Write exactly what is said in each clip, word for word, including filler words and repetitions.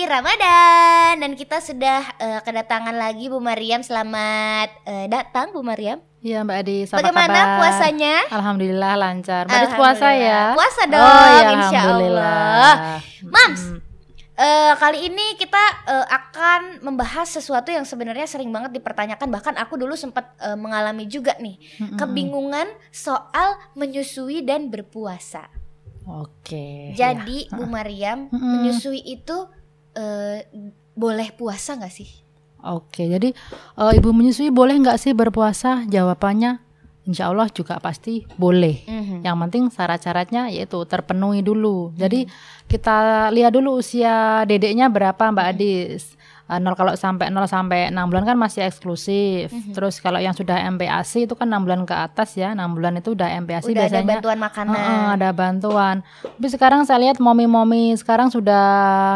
Ramadan dan kita sudah uh, kedatangan lagi Bu Maryam. Selamat uh, datang Bu Maryam. Iya Mbak Adi, apa bagaimana kabar? Puasanya? Alhamdulillah lancar. Mbak Adi puasa ya? Puasa dong, oh, ya, insya Allah. Mams, hmm. uh, kali ini kita uh, akan membahas sesuatu yang sebenarnya sering banget dipertanyakan. Bahkan aku dulu sempat uh, mengalami juga nih hmm. kebingungan soal menyusui dan berpuasa. Oke. Jadi ya. Bu Maryam, hmm. menyusui itu uh, boleh puasa nggak sih? Oke, jadi uh, ibu menyusui boleh nggak sih berpuasa? Jawabannya insya Allah juga pasti boleh. Mm-hmm. Yang penting syarat-syaratnya yaitu terpenuhi dulu. Mm-hmm. Jadi kita lihat dulu usia dedeknya berapa Mbak mm-hmm. Adis. Uh, nol kalau sampai nol sampai enam bulan kan masih eksklusif. Mm-hmm. Terus kalau yang sudah M P A S I itu kan enam bulan ke atas ya. enam bulan itu udah M P A S I udah biasanya. Ada bantuan makanan. Uh, uh, ada bantuan. Tapi sekarang saya lihat momi-momi sekarang sudah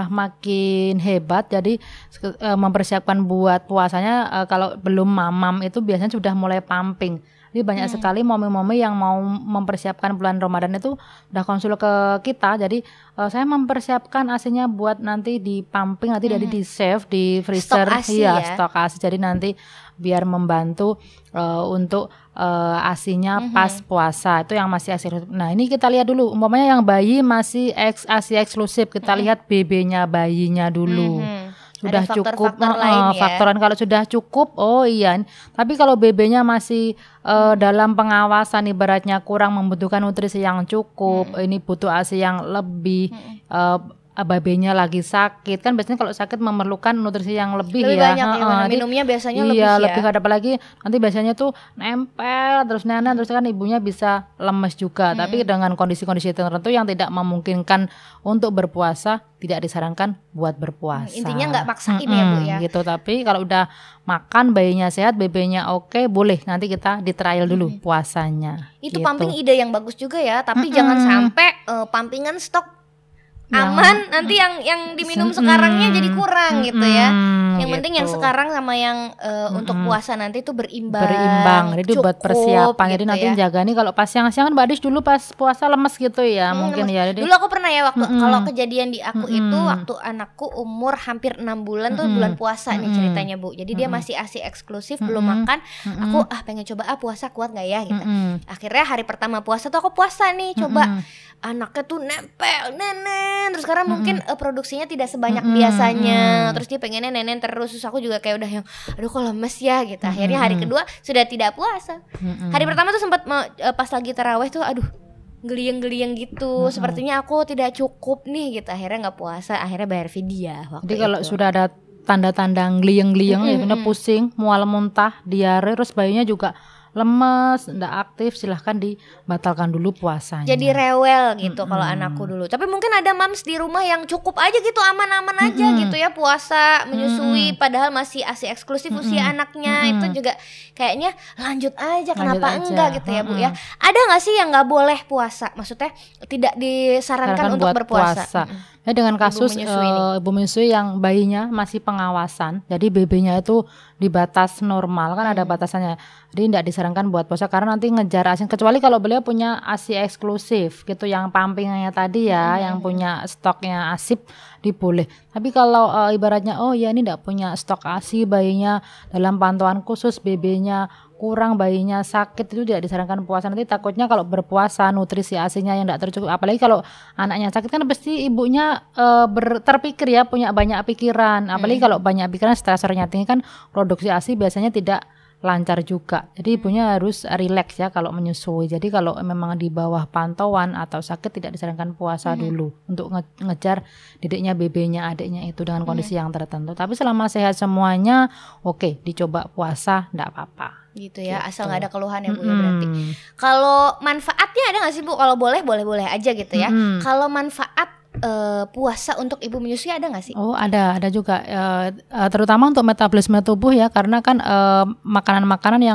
makin hebat. Jadi uh, mempersiapkan buat puasanya uh, kalau belum mamam itu biasanya sudah mulai pumping. Jadi banyak hmm. sekali momi-momi yang mau mempersiapkan bulan Ramadan itu udah konsul ke kita. Jadi uh, saya mempersiapkan A S I-nya buat nanti di pumping, nanti hmm. dari di save di freezer, stok A S I iya, ya. stok A S I. Jadi nanti biar membantu uh, untuk uh, A S I-nya hmm. pas puasa itu yang masih A S I. Nah ini kita lihat dulu, umpamanya yang bayi masih ex, A S I eksklusif, kita hmm. lihat B B-nya bayinya dulu. Hmm. Sudah ada cukup faktor-faktor uh, lain ya. faktoran kalau sudah cukup oh iya. Tapi kalau B B-nya masih uh, hmm. dalam pengawasan ibaratnya kurang membutuhkan nutrisi yang cukup, hmm. ini butuh A S I yang lebih hmm. uh, babynya lagi sakit kan biasanya kalau sakit memerlukan nutrisi yang lebih, lebih ya. banyak ya, uh, minumnya biasanya iya, lebih ya. lebih ada apalagi nanti biasanya tuh nempel terus nenek terus kan ibunya bisa lemes juga. Hmm. Tapi dengan kondisi-kondisi tertentu yang tidak memungkinkan untuk berpuasa tidak disarankan buat berpuasa. Intinya nggak maksain hmm, ya Bu ya. Gitu. Tapi kalau udah makan bayinya sehat, B B-nya oke, boleh nanti kita di trial dulu hmm. puasanya. Itu gitu. pumping ide yang bagus juga ya. Tapi hmm. jangan sampai uh, pumpingan stok yang, aman nanti yang yang diminum mm, sekarangnya jadi kurang mm, gitu ya. Yang gitu. penting yang sekarang sama yang uh, mm, untuk puasa nanti itu berimbang. Berimbang. Jadi cukup, buat persiapan. Gitu jadi nanti ya. jaga nih kalau pas siang-siang kan Mbak Adis dulu pas puasa lemes gitu ya, hmm, mungkin lemes. Ya. Jadi, dulu aku pernah ya waktu mm, kalau kejadian di aku mm, itu waktu anakku umur hampir enam bulan mm, tuh bulan puasa mm, nih ceritanya Bu. Jadi mm, dia masih A S I eksklusif mm, belum makan. Mm, aku ah pengen coba ah puasa kuat nggak ya gitu. Mm, Akhirnya hari pertama puasa tuh aku puasa nih coba. Mm, Anaknya tuh nempel nenen terus sekarang mm-hmm. mungkin uh, produksinya tidak sebanyak mm-hmm. biasanya terus dia pengennya nenen terus terus aku juga kayak udah yang aduh kok lemes ya gitu. Akhirnya hari kedua sudah tidak puasa. Mm-hmm. Hari pertama tuh sempat uh, pas lagi taraweh tuh aduh geliang-geliang gitu mm-hmm. sepertinya aku tidak cukup nih gitu. Akhirnya nggak puasa, akhirnya bayar fidyah waktu. Jadi kalau itu. sudah ada tanda-tanda geliang-geliang mm-hmm. ya pusing, mual muntah, diare terus bayinya juga lemes, enggak aktif, silahkan dibatalkan dulu puasanya. Jadi rewel gitu mm-hmm. kalau anakku dulu. Tapi mungkin ada mams di rumah yang cukup aja gitu, aman-aman aja mm-hmm. gitu ya puasa, menyusui mm-hmm. padahal masih A S I eksklusif mm-hmm. usia anaknya. Mm-hmm. Itu juga kayaknya lanjut aja, kenapa lanjut enggak aja. Gitu ya Bu mm-hmm. ya. Ada gak sih yang gak boleh puasa? Maksudnya tidak disarankan Sarankan untuk berpuasa puasa. Mm-hmm. Ya dengan kasus ibu menyusui, uh, ibu menyusui yang bayinya masih pengawasan, jadi B B-nya itu di batas normal kan hmm. ada batasannya, jadi tidak disarankan buat puasa karena nanti ngejar A S I, kecuali kalau beliau punya A S I eksklusif gitu yang pumpingnya tadi ya, hmm. yang punya stoknya A S I P diboleh. Tapi kalau uh, ibaratnya oh ya ini tidak punya stok A S I, bayinya dalam pantauan khusus, B B-nya kurang, bayinya sakit, itu tidak disarankan puasa. Nanti takutnya kalau berpuasa nutrisi A S I-nya yang tidak tercukup, apalagi kalau anaknya sakit kan pasti ibunya e, ber, terpikir ya, punya banyak pikiran, apalagi hmm. kalau banyak pikiran stresornya tinggi kan produksi A S I biasanya tidak lancar juga. Jadi ibunya harus rileks ya kalau menyusui. Jadi kalau memang di bawah pantauan atau sakit tidak disarankan puasa hmm. dulu untuk nge- ngejar didiknya, B B-nya, adiknya itu dengan kondisi hmm. yang tertentu. Tapi selama sehat semuanya, oke okay, dicoba puasa enggak apa-apa. Gitu ya, gitu. Asal nggak ada keluhan ya Bu mm-hmm. ya berarti. Kalau manfaatnya ada nggak sih Bu? Kalau boleh boleh-boleh aja gitu ya. Mm-hmm. Kalau manfaat uh, puasa untuk ibu menyusui ada nggak sih? Oh ada, ada juga. Uh, uh, terutama untuk metabolisme tubuh ya, karena kan uh, makanan-makanan yang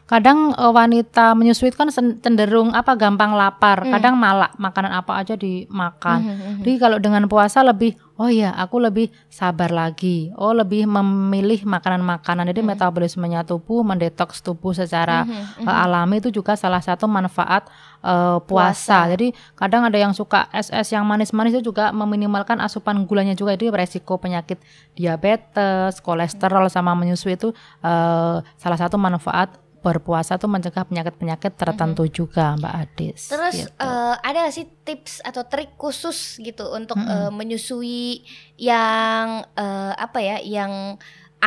kadang uh, wanita menyusui kan cenderung apa gampang lapar, hmm. kadang malah makanan apa aja dimakan. Hmm, hmm, hmm. Jadi kalau dengan puasa lebih, oh ya aku lebih sabar lagi, oh lebih memilih makanan-makanan. Jadi hmm. metabolismenya tubuh, mendetoks tubuh secara hmm, hmm, uh, alami itu juga salah satu manfaat uh, puasa. puasa. Jadi kadang ada yang suka es-es yang manis-manis itu juga meminimalkan asupan gulanya juga. Jadi resiko penyakit diabetes, kolesterol sama menyusui itu uh, salah satu manfaat berpuasa tuh mencegah penyakit-penyakit tertentu mm-hmm. juga Mbak Adis. Terus gitu. uh, ada gak sih tips atau trik khusus gitu untuk mm-hmm. uh, menyusui yang uh, apa ya, yang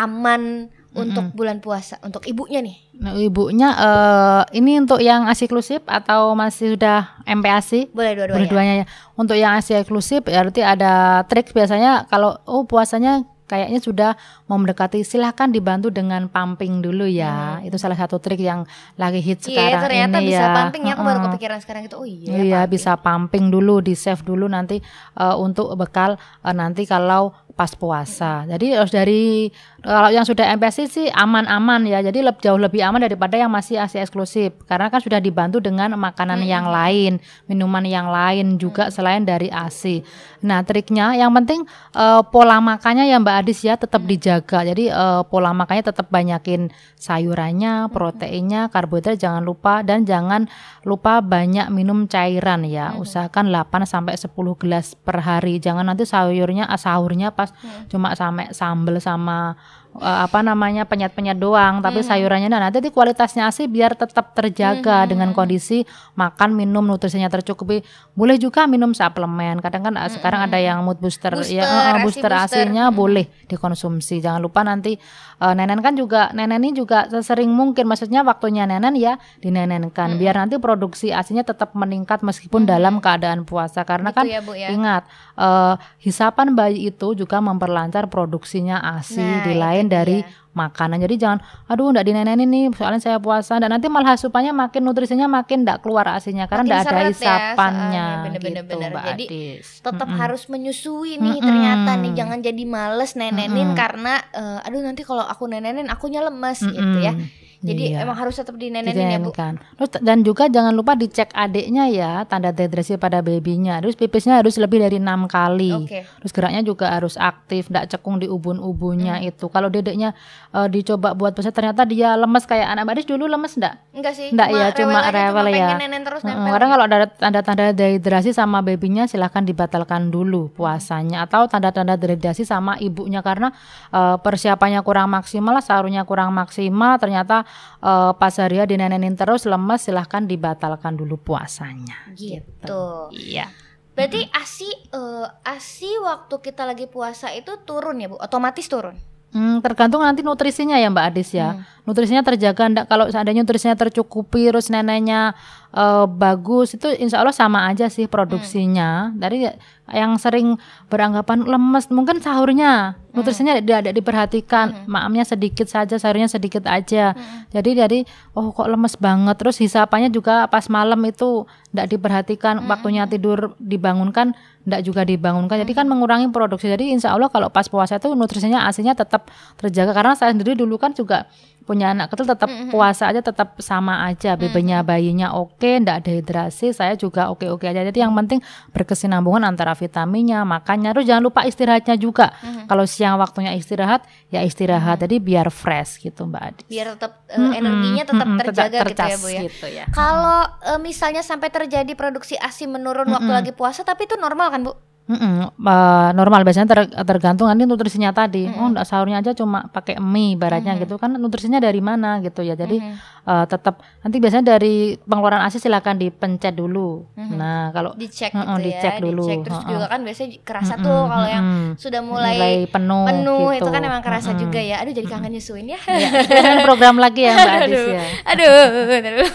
aman mm-hmm. untuk bulan puasa untuk ibunya nih? Nah, ibunya uh, ini untuk yang ASI eksklusif atau masih sudah M P A S I? Boleh dua-duanya. Dua-duanya ya. Untuk yang ASI eksklusif berarti ada trik biasanya kalau oh puasanya kayaknya sudah mau mendekati, silahkan dibantu dengan pumping dulu ya. Hmm. Itu salah satu trik yang lagi hit sekarang iya, ternyata ini bisa ya. pumping ya. Aku uh-uh. baru kepikiran sekarang gitu. Oh iya. Iya, pumping. Bisa pumping dulu, di save dulu nanti uh, untuk bekal uh, nanti kalau pas puasa. Hmm. Jadi harus dari kalau yang sudah M P A S I sih aman-aman ya. Jadi lebih, jauh lebih aman daripada yang masih ASI eksklusif. Karena kan sudah dibantu dengan makanan hmm. yang lain, minuman yang lain juga hmm. selain dari ASI. Nah, triknya yang penting uh, pola makannya ya Mbak Adis ya tetap hmm. dijaga. Jadi uh, pola makannya tetap banyakin sayurannya, proteinnya, karbohidrat jangan lupa, dan jangan lupa banyak minum cairan ya. Hmm. Usahakan delapan sampai sepuluh gelas per hari. Jangan nanti sayurnya sahurnya pas hmm. cuma sampai sambel sama uh, apa namanya penyet-penyet doang, tapi hmm. sayurannya nah nanti kualitasnya ASI biar tetap terjaga hmm. dengan kondisi makan minum nutrisinya tercukupi. Boleh juga minum suplemen. Kadang kan hmm. sekarang ada yang mood booster, booster ya uh, booster, booster ASInya hmm. boleh dikonsumsi. Jangan lupa nanti uh, nenen kan juga nenen ini juga sesering mungkin, maksudnya waktunya nenen ya dinenenkan hmm. biar nanti produksi ASInya tetap meningkat meskipun hmm. dalam keadaan puasa. Karena gitu kan ya, Bu, ya? Ingat uh, hisapan bayi itu juga memperlancar produksinya ASI nah, di lain dari dia. Makanan. Jadi jangan aduh enggak dinenenin nih soalnya saya puasa, dan nanti malah asupannya makin nutrisinya makin enggak keluar ASInya karena enggak ada hisapannya ya, bener-bener, gitu bener. Mbak Jadi Adis. tetap Mm-mm. harus menyusui nih Mm-mm. ternyata nih, jangan jadi males nenenin Mm-mm. karena uh, aduh nanti kalau aku nenenin akunya lemes Mm-mm. gitu ya. Jadi iya. emang harus tetap dinenenin ya Bu. Terus dan juga jangan lupa dicek adiknya ya, tanda dehidrasi pada babynya. Terus pipisnya harus lebih dari enam kali. Okay. Terus geraknya juga harus aktif, enggak cekung di ubun-ubunnya hmm. itu. Kalau dedeknya uh, dicoba buat puasa ternyata dia lemes kayak anak Badis dulu, lemes enggak? Enggak sih. Enggak ya, cuma rewel, rewel cuma ya. Terus hmm, kadang kalau ada tanda-tanda dehidrasi sama babynya silahkan dibatalkan dulu puasanya, atau tanda-tanda dehidrasi sama ibunya karena uh, persiapannya kurang maksimal, sahurnya kurang maksimal, ternyata Uh, pas hari ya dinenenin terus lemes, silahkan dibatalkan dulu puasanya. Gitu. gitu. Iya. Berarti ASI uh, ASI waktu kita lagi puasa itu turun ya Bu? Otomatis turun? Hmm, tergantung nanti nutrisinya ya Mbak Adis ya. Hmm. Nutrisinya terjaga enggak, kalau seandainya nutrisinya tercukupi terus neneknya uh, bagus, itu insya Allah sama aja sih produksinya. Hmm. Dari yang sering beranggapan lemes mungkin sahurnya nutrisinya hmm. tidak diperhatikan, hmm. maamnya sedikit saja, sahurnya sedikit aja. Hmm. Jadi jadi oh kok lemes banget, terus hisapannya juga pas malam itu tidak diperhatikan, hmm. waktunya tidur dibangunkan tidak juga dibangunkan. Jadi kan mengurangi produksi. Jadi insya Allah kalau pas puasa itu nutrisinya ASInya tetap terjaga. Karena saya sendiri dulu kan juga punya anak kecil, tetap mm-hmm. puasa aja tetap sama aja, bebennya mm-hmm. bayinya oke, enggak dehidrasi, saya juga oke-oke aja. Jadi yang penting berkesinambungan antara vitaminnya, makannya, terus jangan lupa istirahatnya juga. Mm-hmm. Kalau siang waktunya istirahat, ya istirahat. Mm-hmm. Jadi biar fresh gitu Mbak Adis. Biar tetap uh, mm-hmm. energinya tetap mm-hmm. terjaga tercas, gitu ya Bu ya. Gitu ya. Kalau uh, misalnya sampai terjadi produksi ASI menurun mm-hmm. waktu lagi puasa, tapi itu normal kan Bu? Mm-mm, uh, normal biasanya ter, tergantung nanti nutrisinya tadi. Mm-hmm. Oh, enggak, sahurnya aja cuma pakai mie ibaratnya mm-hmm. gitu kan, nutrisinya dari mana gitu ya. Jadi mm-hmm. uh, tetap nanti biasanya dari pengeluaran ASI silakan dipencet dulu. Mm-hmm. Nah, kalau dicek uh-uh, gitu dicek ya, dulu. dicek terus uh-uh. juga kan biasanya kerasa mm-hmm. tuh kalau yang mm-hmm. sudah mulai, mulai penuh, penuh gitu. Itu kan emang kerasa mm-hmm. juga ya. Aduh jadi kangen nyusuin ya. Ya kan program lagi ya Mbak Adis ya. Aduh. Aduh.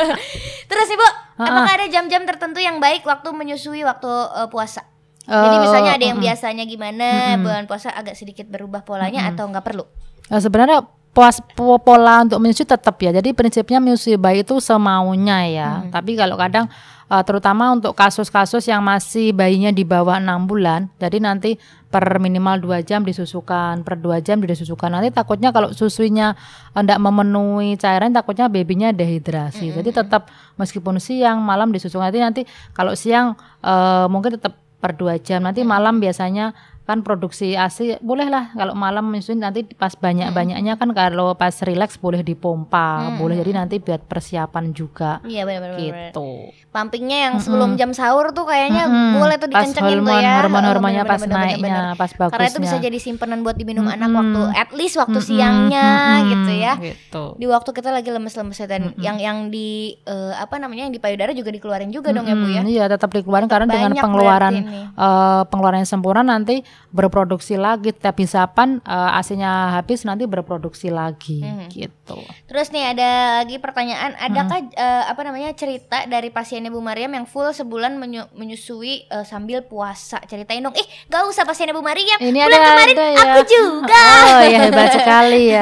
Terus Ibu, uh-uh. apakah ada jam-jam tertentu yang baik waktu menyusui waktu uh, puasa? Jadi misalnya ada yang uh-uh. biasanya gimana uh-uh. bulan puasa agak sedikit berubah polanya uh-uh. atau nggak perlu? Nah, sebenarnya puas pola untuk menyusui tetap ya. Jadi prinsipnya menyusui bayi itu semaunya ya. Hmm. Tapi kalau kadang uh, terutama untuk kasus-kasus yang masih bayinya di bawah enam bulan, jadi nanti per minimal dua jam disusukan, per dua jam disusukan. Nanti takutnya kalau susunya tidak memenuhi cairan, takutnya babynya dehidrasi. Hmm. Jadi tetap meskipun siang malam disusukan. Nanti nanti kalau siang uh, mungkin tetap per dua jam. Nanti malam biasanya kan produksi A S I boleh lah kalau malam menyusui, nanti pas banyak-banyaknya kan kalau pas relax boleh dipompa, hmm. boleh, jadi nanti buat persiapan juga. Iya benar-benar gitu. Pumpingnya yang sebelum hmm. jam sahur tuh kayaknya hmm. boleh tuh dikencengin tuh ya. Hormon-hormonnya oh, pas bener, naiknya, bener, bener. Pas bagusnya. Karena itu bisa jadi simpenan buat diminum hmm. anak waktu at least waktu hmm. siangnya hmm. gitu ya. Gitu. Di waktu kita lagi lemes-lemes dan hmm. yang yang di uh, apa namanya yang di payudara juga dikeluarin juga hmm. dong ya Bu ya. Iya tetap dikeluarin karena Banyak dengan pengeluaran uh, pengeluaran yang sempurna nanti berproduksi lagi, tiap hisapan uh, A S I-nya habis nanti berproduksi lagi hmm. gitu. Terus nih ada lagi pertanyaan, adakah hmm. uh, apa namanya cerita dari pasiennya Bu Mariam yang full sebulan menyu- menyusui uh, sambil puasa? Ceritain dong. Eh, gak usah pasiennya Bu Mariam. Ini bulan ada, kemarin ada, ya. aku juga. Oh ya hebat sekali ya.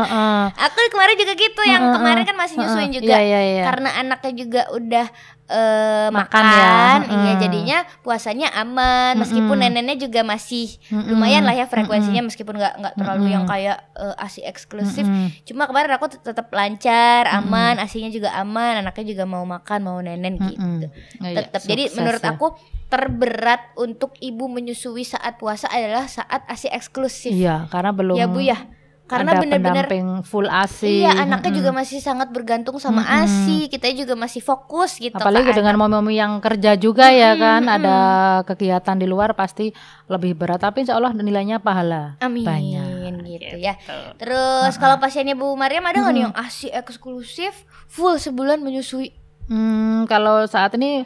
Aku kemarin juga gitu, yang kemarin kan masih nyusuin juga. Iya, iya, iya. Karena anaknya juga udah Uh, makan, makan ya, iya jadinya puasanya aman, meskipun mm-mm. neneknya juga masih mm-mm. lumayan lah ya frekuensinya, mm-mm. meskipun nggak nggak terlalu mm-mm. yang kayak uh, A S I eksklusif, mm-mm. cuma kemarin aku t- tetap lancar, aman, mm-mm. A S I-nya juga aman, anaknya juga mau makan, mau nenen gitu, mm-mm. tetap. Jadi menurut ya. aku terberat untuk ibu menyusui saat puasa adalah saat A S I eksklusif. Iya, karena belum. Ya Bu ya. Karena ada benar-benar pendamping full A S I. Iya, anaknya mm-hmm. juga masih sangat bergantung sama mm-hmm. A S I. Kita juga masih fokus gitu. Apalagi dengan mami-mami yang kerja juga mm-hmm. ya kan, mm-hmm. ada kegiatan di luar pasti lebih berat. Tapi insya Allah nilainya pahala Amin, banyak gitu ya. Terus uh-huh. kalau pasiennya Bu Mariam ada nggak mm-hmm. nih yang A S I eksklusif full sebulan menyusui? Hmm, kalau saat ini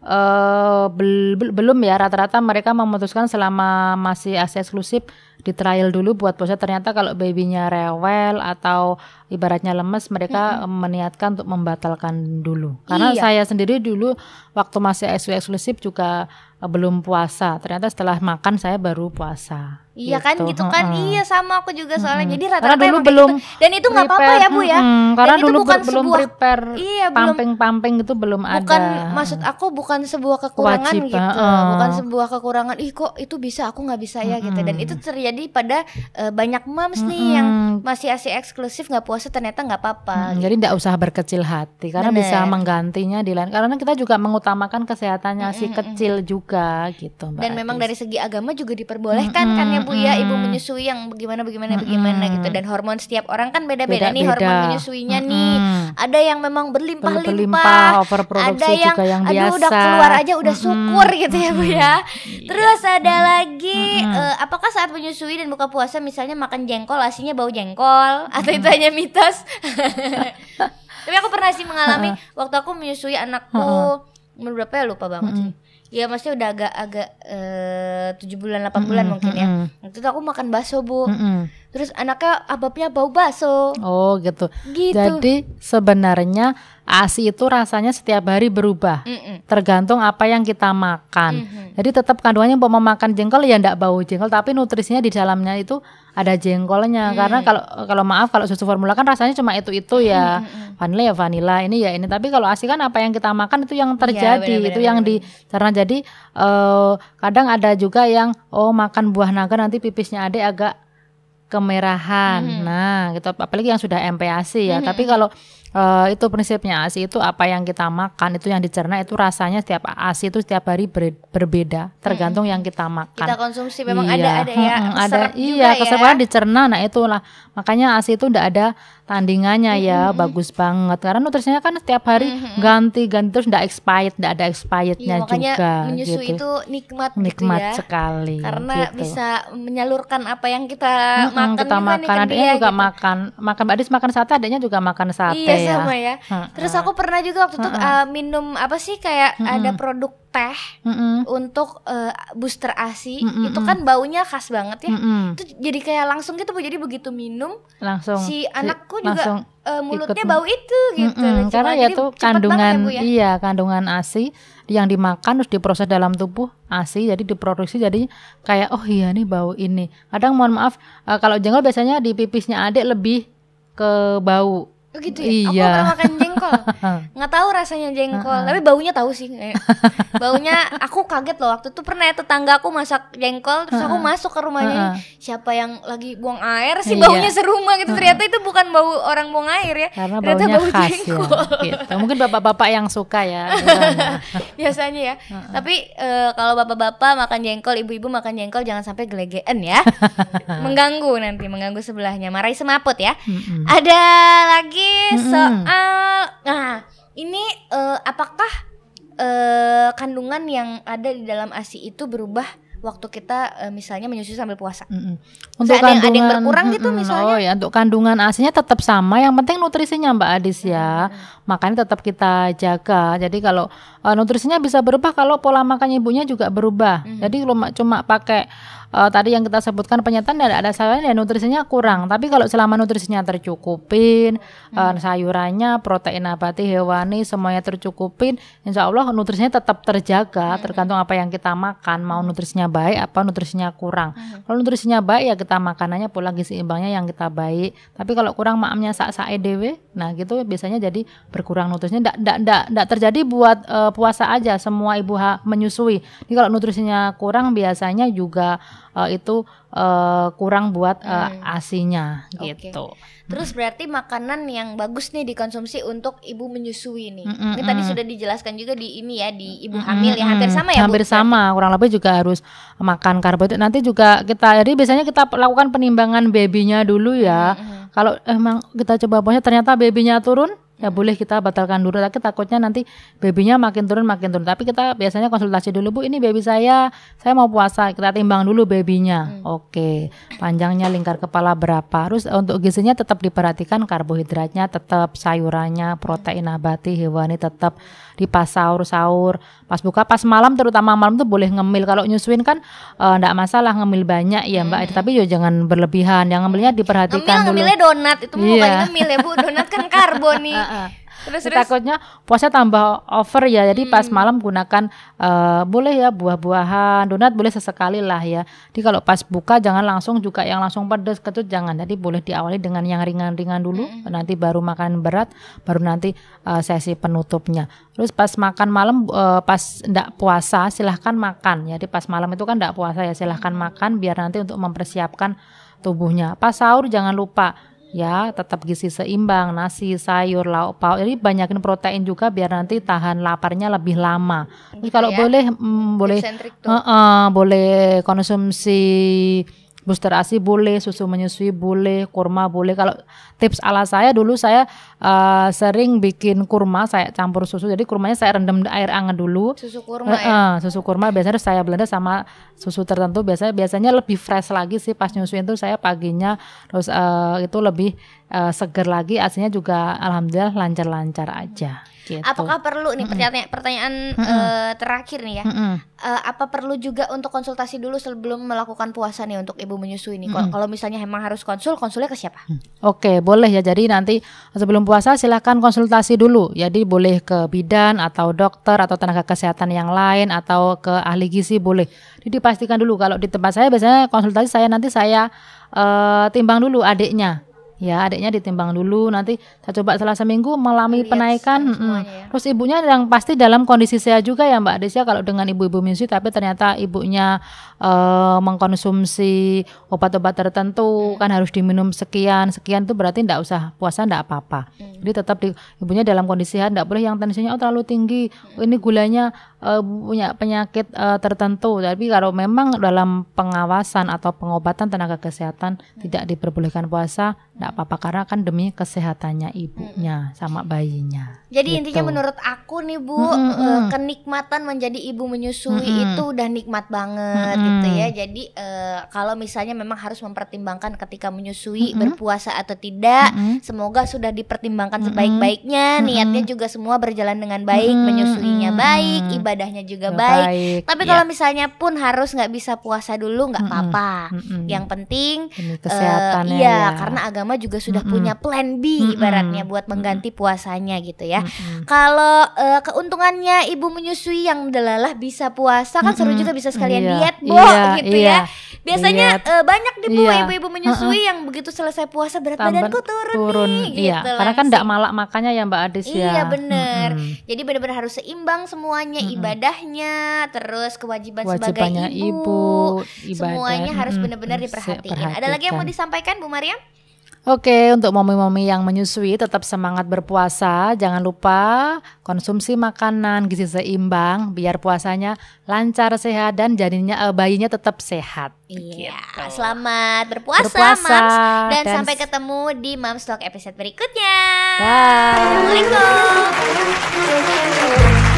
uh, bel- bel- belum ya, rata-rata mereka memutuskan selama masih A S I eksklusif di trial dulu buat puasa. Ternyata kalau babynya rewel atau ibaratnya lemes, mereka mm-hmm. meniatkan untuk membatalkan dulu. Karena iya. saya sendiri dulu waktu masih A S I eksklusif juga uh, belum puasa. Ternyata setelah makan saya baru puasa. Iya gitu. kan gitu kan uh-uh. iya sama aku juga soalnya. uh-uh. Jadi rata-rata dulu belum gitu. Dan itu nggak apa-apa ya Bu ya. Uh-uh. Karena Dan dulu itu bukan belum sebuah, prepare iya, pumping-pumping itu belum bukan, ada. Bukan maksud aku bukan sebuah kekurangan Wajib, gitu. uh-uh. Bukan sebuah kekurangan. Ih kok itu bisa aku nggak bisa ya uh-uh. gitu. Dan itu terjadi pada uh, banyak moms nih uh-uh. yang masih A S I eksklusif nggak puasa, ternyata nggak apa-apa. Uh-uh. Gitu. Jadi nggak usah berkecil hati karena Bener. bisa menggantinya di lain. Karena kita juga mengutamakan kesehatannya uh-uh. si kecil juga gitu. Mbak Dan Adis. Memang dari segi agama juga diperbolehkan uh-uh. kan ya Bu ya, ibu menyusui yang bagaimana bagaimana bagaimana hmm. gitu. Dan hormon setiap orang kan beda-beda, beda-beda. nih hormon menyusuinya hmm. nih. Ada yang memang berlimpah-limpah, overproduksi ada yang, juga yang aduh biasa. udah keluar aja udah hmm. syukur gitu ya Bu ya. Terus ada hmm. lagi hmm. Uh, apakah saat menyusui dan buka puasa misalnya makan jengkol asinya bau jengkol atau itu hanya mitos? Tapi aku pernah sih mengalami waktu aku menyusui anakku umur berapa ya lupa banget sih. Ya maksudnya udah agak-agak tujuh bulan delapan bulan mm-hmm. mungkin ya. Waktu itu aku makan bakso Bu. Mm-hmm. Terus anaknya ababnya bau bakso. Oh gitu. gitu. Jadi sebenarnya A S I itu rasanya setiap hari berubah. Mm-mm. Tergantung apa yang kita makan. Mm-hmm. Jadi tetap kandungannya mau makan jengkol ya enggak bau jengkol, tapi nutrisinya di dalamnya itu ada jengkolnya. Mm. Karena kalau kalau maaf kalau susu formula kan rasanya cuma itu-itu ya. Mm-hmm. Vanila ya vanila, ini ya ini. Tapi kalau A S I kan apa yang kita makan itu yang terjadi, ya, bener, itu bener, yang bener. di karena jadi uh, kadang ada juga yang oh makan buah naga nanti pipisnya adek agak kemerahan. Mm-hmm. Nah, gitu apalagi yang sudah M P A S I ya. Mm-hmm. Tapi kalau uh, itu prinsipnya A S I itu apa yang kita makan itu yang dicerna itu rasanya setiap A S I itu setiap hari ber, berbeda tergantung mm-hmm. yang kita makan. Kita konsumsi memang iya. ada ada ya. Hmm, ada iya, keserapaan ya. dicerna. Nah, itulah. Makanya A S I itu enggak ada tandingannya mm-hmm. ya, bagus banget. Karena nutrisinya kan setiap hari mm-hmm. ganti-ganti terus enggak expired, enggak ada expirednya iya, makanya juga. Menyusui gitu. itu nikmat, nikmat gitu ya. sekali. Karena gitu. bisa menyalurkan apa yang kita mm-hmm, makan kita juga makan. nih Adanya juga gitu. makan, makan Mbak Adis makan sate, adanya juga makan sate iya, ya. sama ya. Hmm, Terus aku pernah juga waktu itu hmm. uh, minum apa sih kayak hmm. ada produk teh hmm. untuk uh, booster A S I. Hmm. Itu kan baunya khas banget ya. Hmm. Itu jadi kayak langsung gitu Bu. Jadi begitu minum langsung si anakku si, juga uh, mulutnya ikut. bau itu gitu. Hmm. Karena ya tuh kandungan ya, ya? iya kandungan A S I yang dimakan terus diproses dalam tubuh A S I, jadi diproduksi jadi kayak oh iya nih bau ini. Kadang mohon maaf uh, kalau jengkol biasanya di pipisnya adek lebih ke bau. Oh gitu ya? Iya. Aku pernah makan jengkol, nggak tahu rasanya jengkol, uh-uh. tapi baunya tahu sih. Baunya aku kaget loh waktu itu pernah ya tetangga aku masak jengkol, terus aku uh-uh. masuk ke rumahnya, uh-uh. siapa yang lagi buang air sih, baunya iya. serumah gitu. Ternyata itu bukan bau orang buang air ya, karena ternyata baunya bau khas jengkol. Ya, gitu. Mungkin bapak-bapak yang suka ya. Biasanya ya. Uh-uh. Tapi uh, kalau bapak-bapak makan jengkol, ibu-ibu makan jengkol jangan sampai gelegean ya, mengganggu nanti, mengganggu sebelahnya, marahi semaput ya. Uh-uh. Ada lagi soal, nah ini uh, apakah uh, kandungan yang ada di dalam A S I itu berubah waktu kita uh, misalnya menyusui sambil puasa? Mm-mm. Untuk ada, kandungan, yang, ada yang berkurang gitu misalnya? Oh ya, untuk kandungan A S I-nya tetap sama, yang penting nutrisinya Mbak Adis ya. Mm-hmm. Makanya tetap kita jaga. Jadi kalau uh, nutrisinya bisa berubah kalau pola makan ibunya juga berubah. Mm-hmm. Jadi cuma cuma pakai Uh, tadi yang kita sebutkan penyetan ada ada sayurannya, nutrisinya kurang. Tapi kalau selama nutrisinya tercukupin, hmm. uh, sayurannya, protein nabati, hewani, semuanya tercukupin, insya Allah nutrisinya tetap terjaga. Hmm. Tergantung apa yang kita makan, mau nutrisinya baik apa nutrisinya kurang. Hmm. Kalau nutrisinya baik ya kita makanannya pola gizi seimbangnya yang kita baik. Tapi kalau kurang maamnya sak-sak edewe, nah gitu biasanya jadi berkurang nutrisinya. Ndak ndak ndak ndak terjadi buat uh, puasa aja, semua ibu ha- menyusui. Jadi kalau nutrisinya kurang biasanya juga Uh, itu uh, kurang buat uh, hmm. A S I-nya gitu. Okay. Terus berarti makanan yang bagus nih dikonsumsi untuk ibu menyusui nih. Mm-mm. Ini tadi sudah dijelaskan juga di ini ya, di ibu hamil ya, hampir sama ya Bu? Hampir sama, kurang lebih juga harus makan karbohidrat. Nanti juga kita, jadi biasanya kita lakukan penimbangan babynya dulu ya. Mm-hmm. Kalau emang kita coba puasa ternyata babynya turun, ya boleh kita batalkan dulu, tapi takutnya nanti babynya makin turun makin turun. Tapi kita biasanya konsultasi dulu, Bu, ini baby saya, saya mau puasa, kita timbang dulu babynya. Hmm. Oke, panjangnya lingkar kepala berapa. Terus untuk gizinya tetap diperhatikan, karbohidratnya tetap, sayurannya, protein nabati, hewani tetap, di pas sahur-sahur, pas buka, pas malam, terutama malam tuh boleh ngemil. Kalau nyusuin kan enggak uh, masalah ngemil banyak ya Mbak, hmm. tapi ya jangan berlebihan. Yang ngemilnya diperhatikan ngemil, dulu. Ngemilnya donat, itu yeah. bukan ngemil ya Bu, donat kan karbo nih. Terus, terus takutnya puasa tambah over ya, jadi hmm. pas malam gunakan uh, boleh ya buah-buahan, donat boleh sesekali lah ya. Jadi kalau pas buka jangan langsung juga yang langsung pedas kecut, jangan. Jadi boleh diawali dengan yang ringan-ringan dulu, hmm. nanti baru makan berat, baru nanti uh, sesi penutupnya. Terus pas makan malam uh, pas ndak puasa silahkan makan. Jadi pas malam itu kan ndak puasa ya, silahkan hmm. makan biar nanti untuk mempersiapkan tubuhnya. Pas sahur jangan lupa ya, tetap gizi seimbang, nasi, sayur, lauk pauk. Jadi banyakin protein juga biar nanti tahan laparnya lebih lama. Jadi gitu kalau ya? boleh mm, boleh uh, uh, boleh konsumsi booster A S I boleh, susu menyusui boleh, kurma boleh. Kalau tips ala saya dulu saya uh, sering bikin kurma, saya campur susu. Jadi kurmanya saya rendam air hangat dulu. Susu kurma uh, ya. Uh, susu kurma biasanya saya blender sama susu tertentu. Biasanya biasanya lebih fresh lagi sih pas nyusuin tuh saya paginya. Terus uh, itu lebih uh, seger lagi. A S I-nya juga alhamdulillah lancar-lancar aja. Gitu. Apakah perlu nih pertanyaan, pertanyaan uh, terakhir nih ya, uh, apa perlu juga untuk konsultasi dulu sebelum melakukan puasa nih untuk ibu menyusui nih? Kalau misalnya emang harus konsul, konsulnya ke siapa? Oke, boleh ya. Jadi nanti sebelum puasa silahkan konsultasi dulu. Jadi boleh ke bidan atau dokter atau tenaga kesehatan yang lain atau ke ahli gizi boleh. Jadi dipastikan dulu. Kalau di tempat saya biasanya konsultasi saya nanti saya uh, timbang dulu adiknya. Ya, adiknya ditimbang dulu, nanti saya coba setelah seminggu mengalami Lihat penaikan. Ya. Terus ibunya yang pasti dalam kondisi sehat juga ya Mbak Desya. Kalau dengan ibu-ibu menyusui tapi ternyata ibunya uh, mengkonsumsi obat-obat tertentu, hmm. kan harus diminum sekian sekian itu berarti enggak usah puasa, enggak apa-apa. Hmm. Jadi tetap di, ibunya dalam kondisi sehat, enggak boleh yang tensinya oh terlalu tinggi, oh, ini gulanya uh, punya penyakit uh, tertentu. Tapi kalau memang dalam pengawasan atau pengobatan tenaga kesehatan hmm. tidak diperbolehkan puasa, enggak apa-apa karena kan demi kesehatannya ibunya hmm. sama bayinya. Jadi gitu. Intinya menurut aku nih Bu, hmm, hmm. kenikmatan menjadi ibu menyusui hmm. itu udah nikmat banget hmm. gitu ya. Jadi uh, kalau misalnya memang harus mempertimbangkan ketika menyusui hmm. berpuasa atau tidak, hmm. semoga sudah dipertimbangkan hmm. sebaik-baiknya. Hmm. Niatnya juga semua berjalan dengan baik, hmm. menyusuinya baik, ibadahnya juga baik. baik. Tapi ya. Kalau misalnya pun harus nggak bisa puasa dulu nggak hmm. apa-apa. Hmm. Yang penting kesehatannya uh, iya, ya. Karena agama juga sudah mm-hmm. punya plan B ibaratnya buat mengganti puasanya gitu ya. Mm-hmm. Kalau uh, keuntungannya ibu menyusui yang delalah bisa puasa kan mm-hmm. seru juga bisa sekalian iya, diet, Bo, iya, gitu iya. ya. biasanya uh, banyak nih Bu iya. ibu-ibu menyusui uh-uh. yang begitu selesai puasa berat Tamban, badanku turun, turun nih iya. gitu. Karena kan enggak malak makannya ya Mbak Adis ya. Iya bener. Mm-hmm. Jadi benar-benar harus seimbang semuanya, mm-hmm. ibadahnya, terus kewajiban sebagai ibu, ibu semuanya harus mm-hmm. benar-benar diperhatiin. Ada lagi yang mau disampaikan Bu Mariam? Oke, untuk momi-momi yang menyusui tetap semangat berpuasa. Jangan lupa konsumsi makanan gizi seimbang biar puasanya lancar, sehat dan janinnya bayinya tetap sehat. Iya, gitu. Selamat berpuasa, berpuasa Mams dan, dan sampai ketemu di Mams Talk episode berikutnya. Bye. Assalamualaikum.